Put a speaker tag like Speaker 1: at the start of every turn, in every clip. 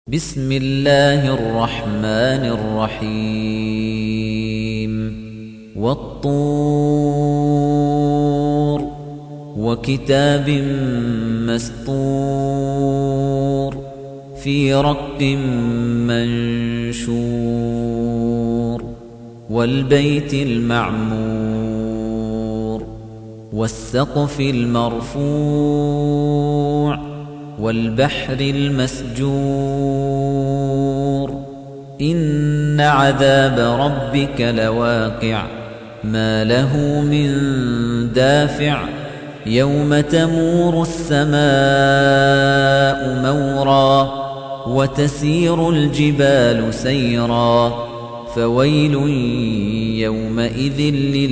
Speaker 1: بسم الله الرحمن الرحيم والطور وكتاب مسطور في رق منشور والبيت المعمور والسقف المرفوع والبحر المسجور إن عذاب ربك لواقع ما له من دافع يوم تمور السماء مورا وتسير الجبال سيرا فويل يومئذ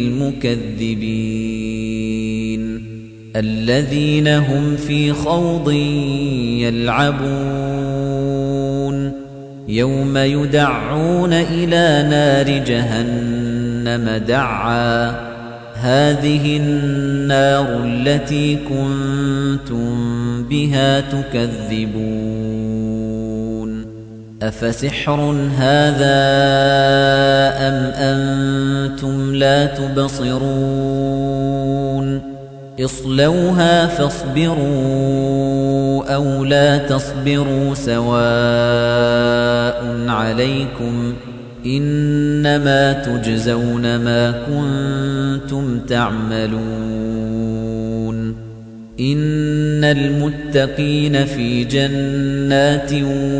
Speaker 1: للمكذبين الذين هم في خوض يلعبون يوم يدعون إلى نار جهنم دعا هذه النار التي كنتم بها تكذبون أفسحر هذا أم أنتم لا تبصرون اصلوها فاصبروا أو لا تصبروا سواء عليكم إنما تجزون ما كنتم تعملون إن المتقين في جنات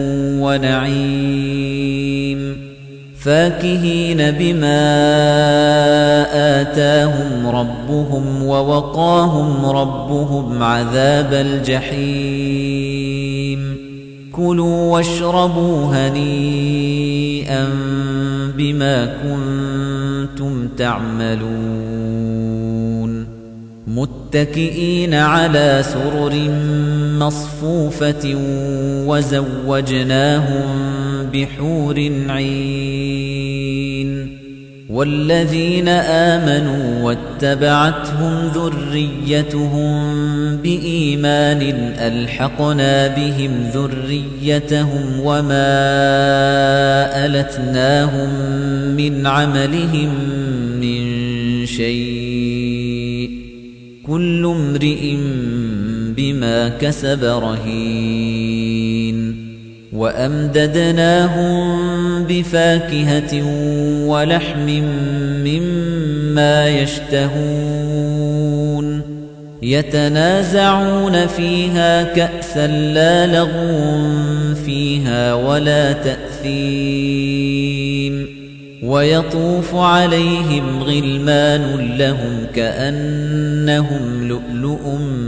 Speaker 1: ونعيم فاكهين بما آتاهم ربهم ووقاهم ربهم عذاب الجحيم كلوا واشربوا هنيئا بما كنتم تعملون متكئين على سرر مصفوفة وزوجناهم بحور عين والذين آمنوا واتبعتهم ذريتهم بإيمان ألحقنا بهم ذريتهم وما ألتناهم من عملهم من شيء كل امرئ بما كسب رهين وأمددناهم بفاكهة ولحم مما يشتهون يتنازعون فيها كأسا لا لغو فيها ولا تأثيم ويطوف عليهم غلمان لهم كأنهم لؤلؤ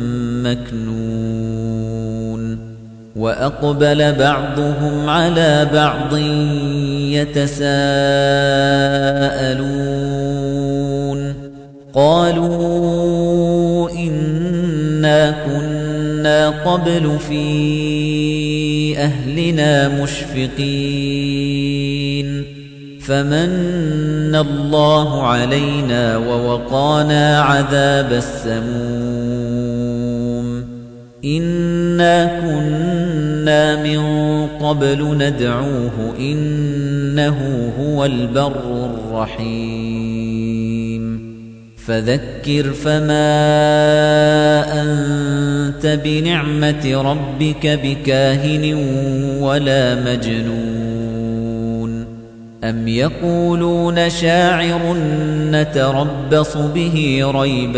Speaker 1: مكنون وأقبل بعضهم على بعض يتساءلون قالوا إنا كنا قبل في أهلنا مشفقين فمن الله علينا ووقانا عذاب السموم إنا كنا من قبل ندعوه إنه هو البر الرحيم فذكر فما أنت بنعمة ربك بكاهن ولا مجنون أم يقولون شاعر نتربص به ريب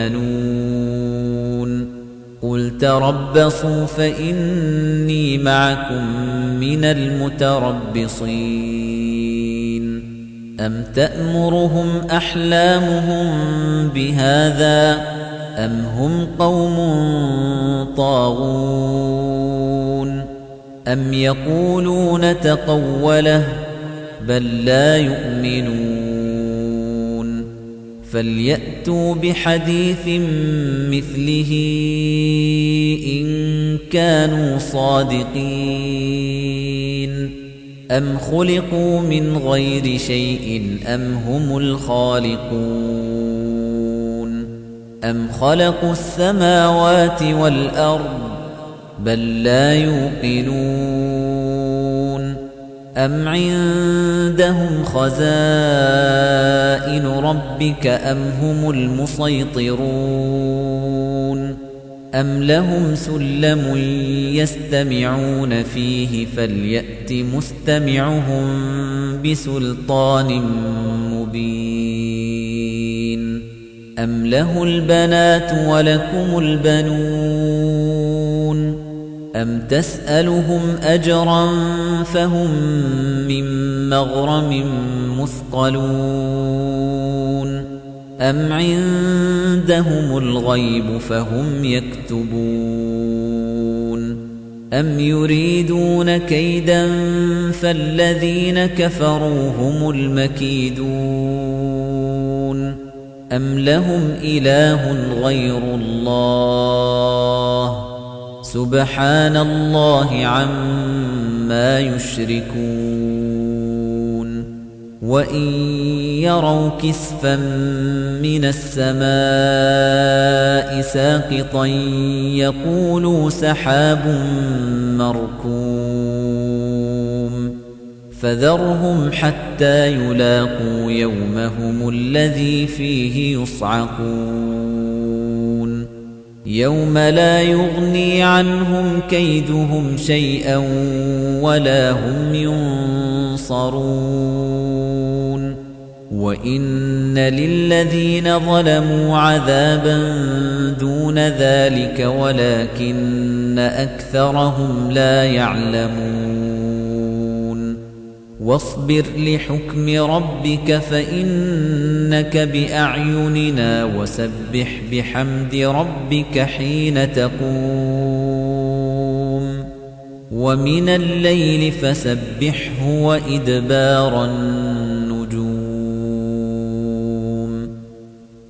Speaker 1: المنون قل تربصوا فإني معكم من المتربصين أم تأمرهم أحلامهم بهذا أم هم قوم طاغون أم يقولون تقوله بل لا يؤمنون فليأتوا بحديث مثله إن كانوا صادقين أم خلقوا من غير شيء أم هم الخالقون أم خلقوا السماوات والأرض بل لا يوقنون أَمْ عِندَهُمْ خَزَائِنُ رَبِّكَ أَمْ هُمُ الْمُصَيْطِرُونَ أَمْ لَهُمْ سُلَّمٌ يَسْتَمِعُونَ فِيهِ فَلْيَأْتِ مُسْتَمِعُهُم بِسُلْطَانٍ مُّبِينٍ أَمْ لَهُ الْبَنَاتُ وَلَكُمُ الْبَنُونَ أَمْ تَسْأَلُهُمْ أَجْرًا فَهُمْ مِنْ مَغْرَمٍ مُثْقَلُونَ أَمْ عِندَهُمُ الْغَيْبُ فَهُمْ يَكْتُبُونَ أَمْ يُرِيدُونَ كَيْدًا فَالَّذِينَ كَفَرُوا هُمُ الْمَكِيدُونَ أَمْ لَهُمْ إِلَٰهٌ غَيْرُ اللَّهِ سُبْحَانَ اللَّهِ عَمَّا يُشْرِكُونَ وَإِن يَرَوْا كِسْفًا مِّنَ السَّمَاءِ سَاقِطًا يَقُولُوا سَحَابٌ مَّرْكُومٌ فَذَرْهُمْ حَتَّىٰ يُلَاقُوا يَوْمَهُمُ الَّذِي فِيهِ يُصْعَقُونَ يَوْمَ لَا يُغْنِي عَنْهُمْ كَيْدُهُمْ شَيْئًا وَلَا هُمْ يُنصَرُونَ وَإِنَّ لِلَّذِينَ ظَلَمُوا عَذَابًا دُونَ ذَلِكَ وَلَكِنَّ أَكْثَرَهُمْ لَا يَعْلَمُونَ وَاصْبِرْ لِحُكْمِ رَبِّكَ فَإِنَّكَ بِأَعْيُنِنَا وَسَبِّحْ بِحَمْدِ رَبِّكَ حِينَ تَقُومُ وَمِنَ اللَّيْلِ فَسَبِّحْهُ وَإِدْبَارَ النُّجُومِ